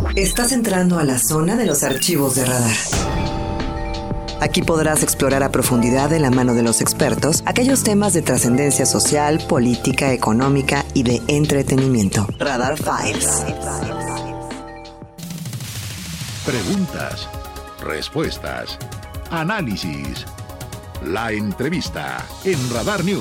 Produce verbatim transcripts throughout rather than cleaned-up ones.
Estás entrando a la zona de los archivos de Radar. Aquí podrás explorar a profundidad de la mano de los expertos aquellos temas de trascendencia social, política, económica y de entretenimiento. Radar Files. Preguntas, respuestas, análisis. La entrevista en Radar News.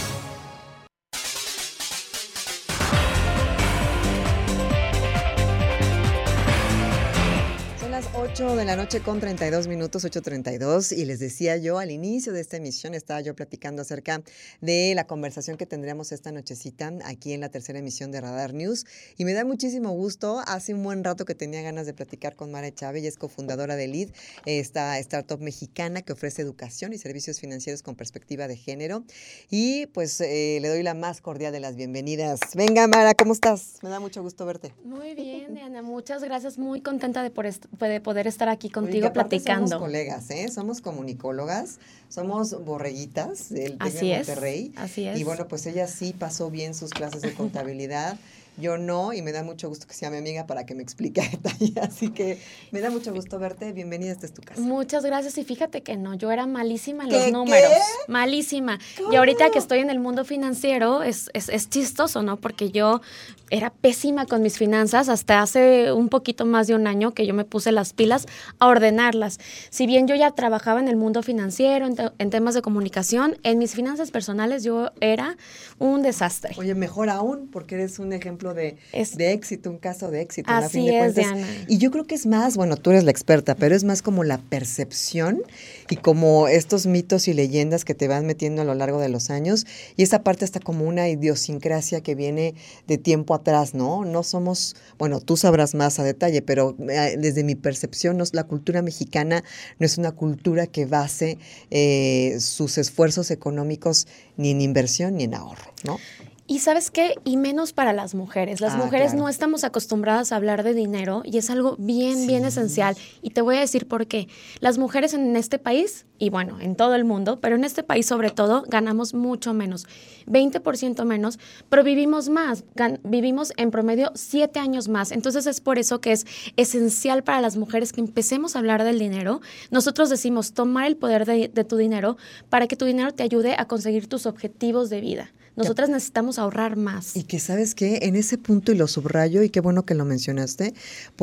ocho de la noche con treinta y dos minutos, ocho treinta y dos, y les decía yo al inicio de esta emisión, estaba yo platicando acerca de la conversación que tendremos esta nochecita aquí en la tercera emisión de Radar News, y me da muchísimo gusto. Hace un buen rato que tenía ganas de platicar con Mara Echave, ella es cofundadora de Lead, esta startup mexicana que ofrece educación y servicios financieros con perspectiva de género, y pues eh, le doy la más cordial de las bienvenidas. Venga, Mara, ¿cómo estás? Me da mucho gusto verte. Muy bien, Diana, muchas gracias, muy contenta de, por est- de poder estar aquí contigo. Oye, platicando. Somos colegas, ¿eh? Somos comunicólogas, somos borreguitas del TEC de Monterrey. Así es. Y bueno, pues ella sí pasó bien sus clases de contabilidad. Yo no, y me da mucho gusto que sea mi amiga para que me explique a detalle. Así que me da mucho gusto verte. Bienvenida, esta es tu casa. Muchas gracias. Y fíjate que no, yo era malísima en ¿Qué, los números. ¿Qué? Malísima. ¿Cómo? Y ahorita que estoy en el mundo financiero, es, es, es chistoso, ¿no? Porque yo era pésima con mis finanzas hasta hace un poquito más de un año que yo me puse las pilas a ordenarlas. Si bien yo ya trabajaba en el mundo financiero, en, te, en temas de comunicación, en mis finanzas personales yo era un desastre. Oye, mejor aún, porque eres un ejemplo De, es, de éxito, un caso de éxito. Así a fin de es, cuentas. Diana. Y yo creo que es más, bueno, tú eres la experta, pero es más como la percepción y como estos mitos y leyendas que te van metiendo a lo largo de los años. Y esa parte está como una idiosincrasia que viene de tiempo atrás, ¿no? No somos, bueno, tú sabrás más a detalle, pero desde mi percepción, no, la cultura mexicana no es una cultura que base eh, sus esfuerzos económicos ni en inversión ni en ahorro, ¿no? Y ¿sabes qué? Y menos para las mujeres. Las ah, mujeres claro. no estamos acostumbradas a hablar de dinero y es algo bien, sí. bien esencial. Y te voy a decir por qué. Las mujeres en este país, y bueno, en todo el mundo, pero en este país sobre todo, ganamos mucho menos, veinte por ciento menos, pero vivimos más, gan- vivimos en promedio siete años más. Entonces es por eso que es esencial para las mujeres que empecemos a hablar del dinero. Nosotros decimos tomar el poder de, de tu dinero para que tu dinero te ayude a conseguir tus objetivos de vida. Nosotras necesitamos ahorrar más. Y que, ¿sabes qué? En ese punto, y lo subrayo, y qué bueno que lo mencionaste,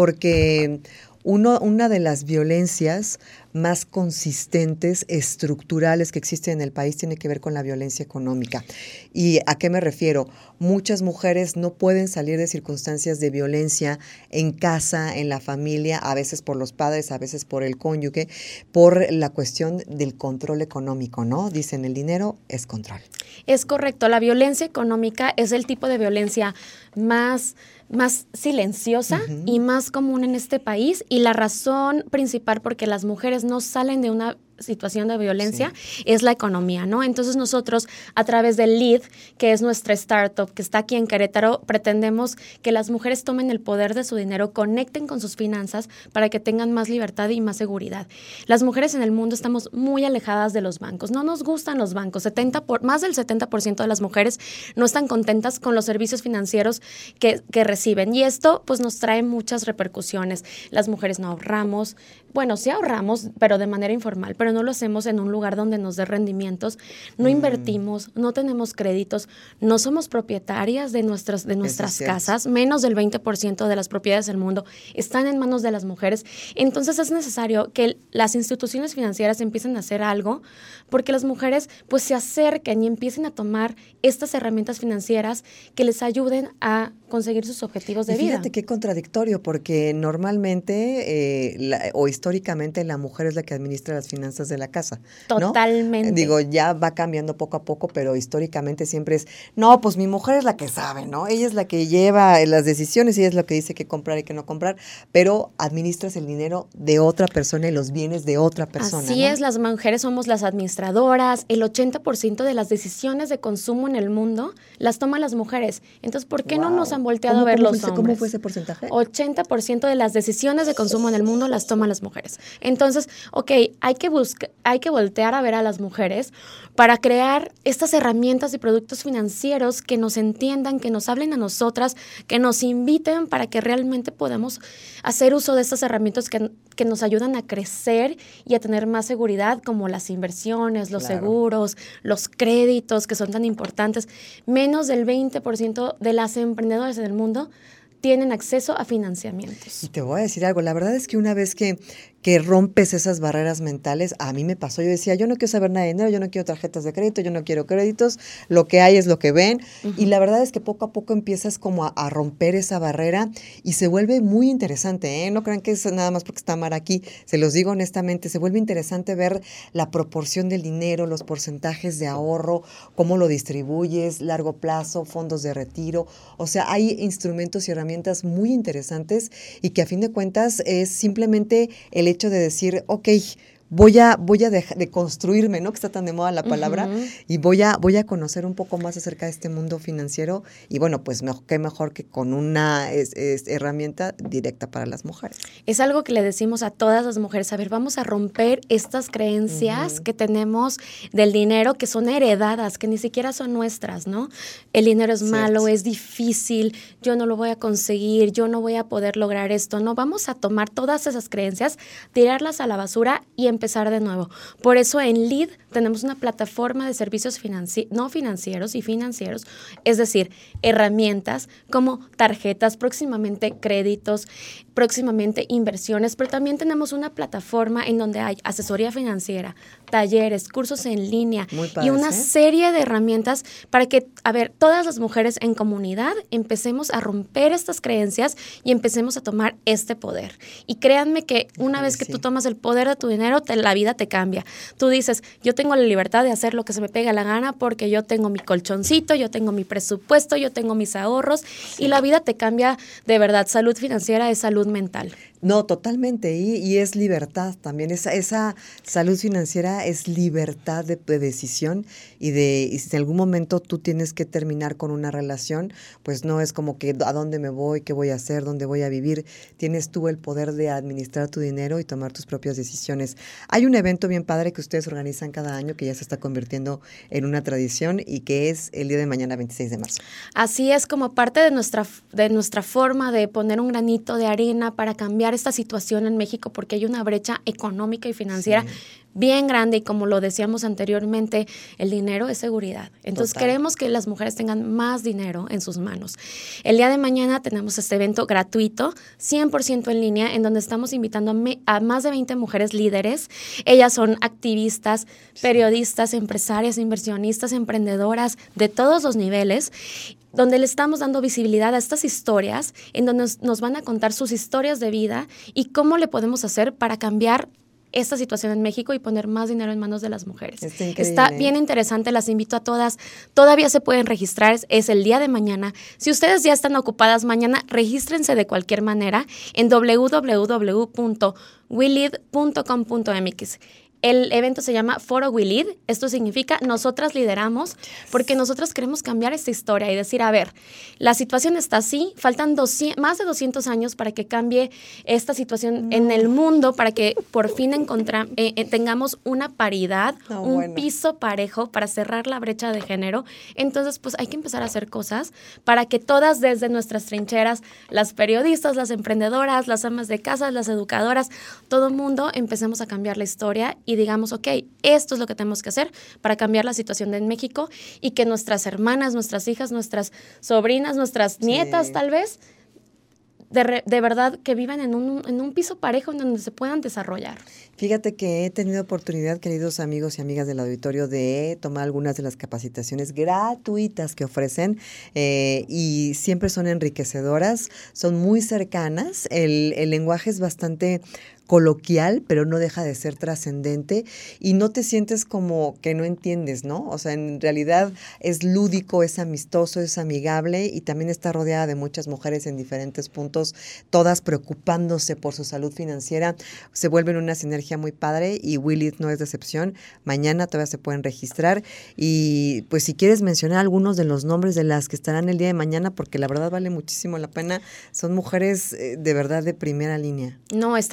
porque uno, una de las violencias más consistentes, estructurales que existen en el país tiene que ver con la violencia económica. ¿Y a qué me refiero? Muchas mujeres no pueden salir de circunstancias de violencia en casa, en la familia, a veces por los padres, a veces por el cónyuge, por la cuestión del control económico, ¿no? Dicen, el dinero es control. Es correcto. La violencia económica es el tipo de violencia más, más silenciosa uh-huh. y más común en este país, y la razón principal por qué las mujeres no salen de una situación de violencia sí. es la economía, ¿no? Entonces nosotros, a través del Lead, que es nuestra startup que está aquí en Querétaro, pretendemos que las mujeres tomen el poder de su dinero, conecten con sus finanzas para que tengan más libertad y más seguridad. Las mujeres en el mundo estamos muy alejadas de los bancos, no nos gustan los bancos, setenta por, más del setenta por ciento de las mujeres no están contentas con los servicios financieros que, que reciben, y esto pues nos trae muchas repercusiones. Las mujeres no ahorramos, bueno, sí ahorramos, pero de manera informal, pero no lo hacemos en un lugar donde nos dé rendimientos, no mm. invertimos, no tenemos créditos, no somos propietarias de nuestras, de nuestras casas, menos del veinte por ciento de las propiedades del mundo están en manos de las mujeres. Entonces es necesario que las instituciones financieras empiecen a hacer algo porque las mujeres pues se acerquen y empiecen a tomar estas herramientas financieras que les ayuden a conseguir sus objetivos de y fíjate vida. Fíjate qué contradictorio, porque normalmente eh, la, o históricamente la mujer es la que administra las finanzas de la casa, ¿no? Totalmente. Digo, ya va cambiando poco a poco, pero históricamente siempre es, no, pues mi mujer es la que sabe, ¿no? Ella es la que lleva las decisiones, ella es la que dice qué comprar y qué no comprar, pero administras el dinero de otra persona y los bienes de otra persona, Así ¿no? es, las mujeres somos las administradoras, el ochenta por ciento de las decisiones de consumo en el mundo las toman las mujeres. Entonces, ¿por qué wow. no nos han volteado a ver los fuiste, hombres? ¿Cómo fue ese porcentaje? ochenta por ciento de las decisiones de consumo en el mundo las toman las mujeres. Entonces, ok, hay que buscar busca, hay que voltear a ver a las mujeres para crear estas herramientas y productos financieros que nos entiendan, que nos hablen a nosotras, que nos inviten para que realmente podamos hacer uso de estas herramientas que, que nos ayudan a crecer y a tener más seguridad, como las inversiones, los Claro. seguros, los créditos, que son tan importantes. Menos del veinte por ciento de las emprendedoras en el mundo tienen acceso a financiamientos. Y te voy a decir algo, la verdad es que una vez que, que rompes esas barreras mentales, a mí me pasó, yo decía, yo no quiero saber nada de dinero, yo no quiero tarjetas de crédito, yo no quiero créditos, lo que hay es lo que ven, uh-huh. Y la verdad es que poco a poco empiezas como a, a romper esa barrera y se vuelve muy interesante, ¿eh? No crean que es nada más porque está Mar aquí, se los digo honestamente, se vuelve interesante ver la proporción del dinero, los porcentajes de ahorro, cómo lo distribuyes, largo plazo, fondos de retiro, o sea, hay instrumentos y herramientas muy interesantes y que a fin de cuentas es simplemente el hecho de decir, ok, voy a, voy a de, de construirme, ¿no? Que está tan de moda la palabra, uh-huh. y voy a, voy a conocer un poco más acerca de este mundo financiero y bueno, pues mejor, qué mejor que con una es, es, herramienta directa para las mujeres. Es algo que le decimos a todas las mujeres, a ver, vamos a romper estas creencias uh-huh. que tenemos del dinero, que son heredadas, que ni siquiera son nuestras, ¿no? El dinero es Cierto. malo, es difícil, yo no lo voy a conseguir, yo no voy a poder lograr esto, no, vamos a tomar todas esas creencias, tirarlas a la basura y empezar empezar de nuevo. Por eso en L I D tenemos una plataforma de servicios financi- no financieros y financieros, es decir, herramientas como tarjetas, próximamente créditos, próximamente inversiones, pero también tenemos una plataforma en donde hay asesoría financiera, talleres, cursos en línea padre, y una ¿eh? serie de herramientas para que, a ver, todas las mujeres en comunidad empecemos a romper estas creencias y empecemos a tomar este poder. Y créanme que una vez que sí. tú tomas el poder de tu dinero, te, la vida te cambia. Tú dices, yo tengo la libertad de hacer lo que se me pega la gana porque yo tengo mi colchoncito, yo tengo mi presupuesto, yo tengo mis ahorros sí. y la vida te cambia de verdad. Salud financiera es salud mental. No, totalmente, y, y es libertad también, esa, esa salud financiera es libertad de, de decisión y de y si en algún momento tú tienes que terminar con una relación, pues no es como que a dónde me voy, qué voy a hacer, dónde voy a vivir, tienes tú el poder de administrar tu dinero y tomar tus propias decisiones. Hay un evento bien padre que ustedes organizan cada año que ya se está convirtiendo en una tradición y que es el día de mañana, veintiséis de marzo. Así es, como parte de nuestra, de nuestra forma de poner un granito de arena para cambiar esta situación en México, porque hay una brecha económica y financiera sí. bien grande y como lo decíamos anteriormente, el dinero es seguridad. Entonces Total. queremos que las mujeres tengan más dinero en sus manos. El día de mañana tenemos este evento gratuito, cien por ciento en línea, en donde estamos invitando a, me, a más de veinte mujeres líderes. Ellas son activistas, periodistas, empresarias, inversionistas, emprendedoras de todos los niveles, donde le estamos dando visibilidad a estas historias, en donde nos, nos van a contar sus historias de vida y cómo le podemos hacer para cambiar esta situación en México y poner más dinero en manos de las mujeres. Está bien interesante, las invito a todas. Todavía se pueden registrar, es, es el día de mañana. Si ustedes ya están ocupadas mañana, regístrense de cualquier manera en doble u doble u doble u punto we lead punto com punto m x. El evento se llama Foro We Lead. Esto significa nosotras lideramos, porque nosotras queremos cambiar esta historia y decir, a ver, la situación está así, faltan doscientos, más de doscientos años para que cambie esta situación no. en el mundo, para que por fin encontra, eh, tengamos una paridad, no, un bueno. piso parejo para cerrar la brecha de género. Entonces, pues hay que empezar a hacer cosas para que todas desde nuestras trincheras, las periodistas, las emprendedoras, las amas de casa, las educadoras, todo mundo empecemos a cambiar la historia y digamos, ok, esto es lo que tenemos que hacer para cambiar la situación de México y que nuestras hermanas, nuestras hijas, nuestras sobrinas, nuestras nietas sí. tal vez, de, re, de verdad que vivan en un, en un piso parejo en donde se puedan desarrollar. Fíjate que he tenido oportunidad, queridos amigos y amigas del auditorio, de tomar algunas de las capacitaciones gratuitas que ofrecen eh, y siempre son enriquecedoras, son muy cercanas, el, el lenguaje es bastante coloquial, pero no deja de ser trascendente y no te sientes como que no entiendes, ¿no? O sea, en realidad es lúdico, es amistoso, es amigable y también está rodeada de muchas mujeres en diferentes puntos, todas preocupándose por su salud financiera. Se vuelven una sinergia muy padre y We Lead no es de excepción. Mañana todavía se pueden registrar y pues si quieres mencionar algunos de los nombres de las que estarán el día de mañana, porque la verdad vale muchísimo la pena, son mujeres eh, de verdad de primera línea. No, están increíbles.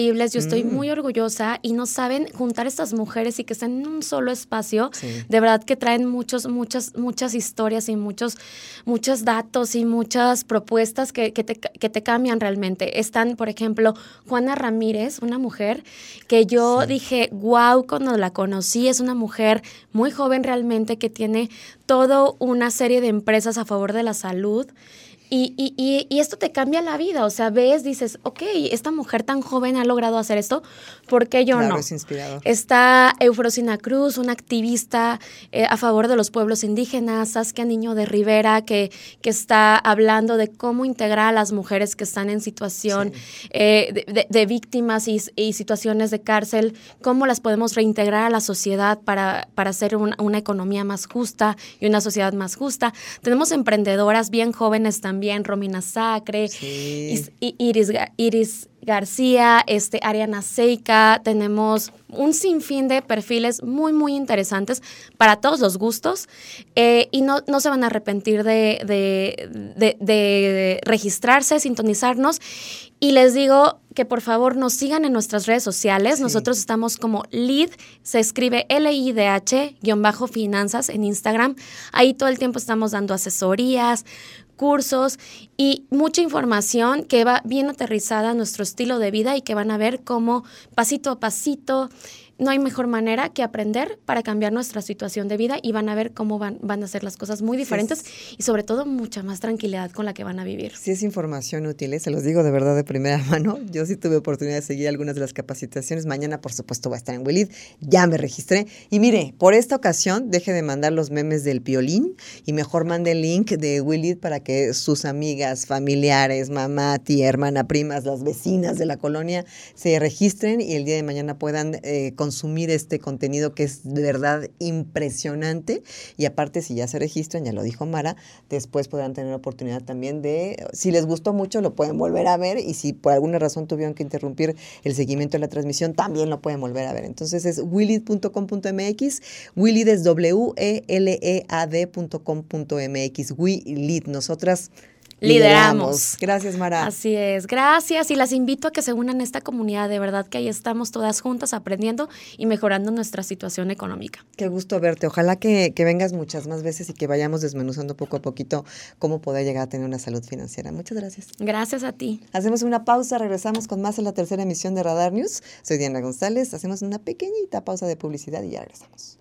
increíbles, yo estoy Mm. muy orgullosa y no saben juntar estas mujeres y que están en un solo espacio, Sí. de verdad que traen muchos, muchas, muchas historias y muchos, muchos datos y muchas propuestas que, que, te, que te cambian realmente. Están, por ejemplo, Juana Ramírez, una mujer que yo Sí. dije, wow, cuando la conocí, es una mujer muy joven realmente que tiene toda una serie de empresas a favor de la salud. Y, y, y, y esto te cambia la vida, o sea, ves, dices, ok, esta mujer tan joven ha logrado hacer esto, ¿por qué yo Claro, no? es inspirador. Está Eufrosina Cruz, una activista eh, a favor de los pueblos indígenas, Saskia Niño de Rivera, que, que está hablando de cómo integrar a las mujeres que están en situación Sí. eh, de, de, de víctimas y, y situaciones de cárcel, cómo las podemos reintegrar a la sociedad para, para hacer una, una economía más justa y una sociedad más justa. Tenemos emprendedoras bien jóvenes también, Romina Sacre, Sí. Is- I- Iris, Ga- Iris García, este, Ariana Seika. Tenemos un sinfín de perfiles muy, muy interesantes para todos los gustos eh, y no, no se van a arrepentir de, de, de, de registrarse, sintonizarnos. Y les digo que por favor nos sigan en nuestras redes sociales. Sí. Nosotros estamos como Lead, se escribe L I D H, guión bajo finanzas en Instagram. Ahí todo el tiempo estamos dando asesorías, cursos y mucha información que va bien aterrizada a nuestro estilo de vida y que van a ver cómo pasito a pasito no hay mejor manera que aprender para cambiar nuestra situación de vida y van a ver cómo van, van a ser las cosas muy diferentes Sí, y sobre todo mucha más tranquilidad con la que van a vivir. Sí, es información útil, ¿eh? Se los digo de verdad de primera mano. Yo sí tuve oportunidad de seguir algunas de las capacitaciones. Mañana, por supuesto, voy a estar en Willid. Ya me registré. Y mire, por esta ocasión, deje de mandar los memes del Piolín y mejor mande el link de Willid para que sus amigas, familiares, mamá, tía, hermana, primas, las vecinas de la colonia se registren y el día de mañana puedan eh, consumir este contenido que es de verdad impresionante. Y aparte, si ya se registran, ya lo dijo Mara, después podrán tener oportunidad también de, si les gustó mucho, lo pueden volver a ver y si por alguna razón tuvieron que interrumpir el seguimiento de la transmisión, también lo pueden volver a ver. Entonces es willid punto com punto m x, Willid es W E L E A D punto com punto m x, Willid, nosotras Lideramos. Gracias, Mara. Así es, gracias y las invito a que se unan a esta comunidad, de verdad que ahí estamos todas juntas aprendiendo y mejorando nuestra situación económica. Qué gusto verte, ojalá que, que vengas muchas más veces y que vayamos desmenuzando poco a poquito cómo poder llegar a tener una salud financiera. Muchas gracias. Gracias a ti. Hacemos una pausa, regresamos con más en la tercera emisión de Radar News. Soy Diana González, hacemos una pequeñita pausa de publicidad y ya regresamos.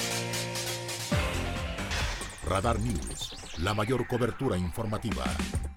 Radar News, la mayor cobertura informativa.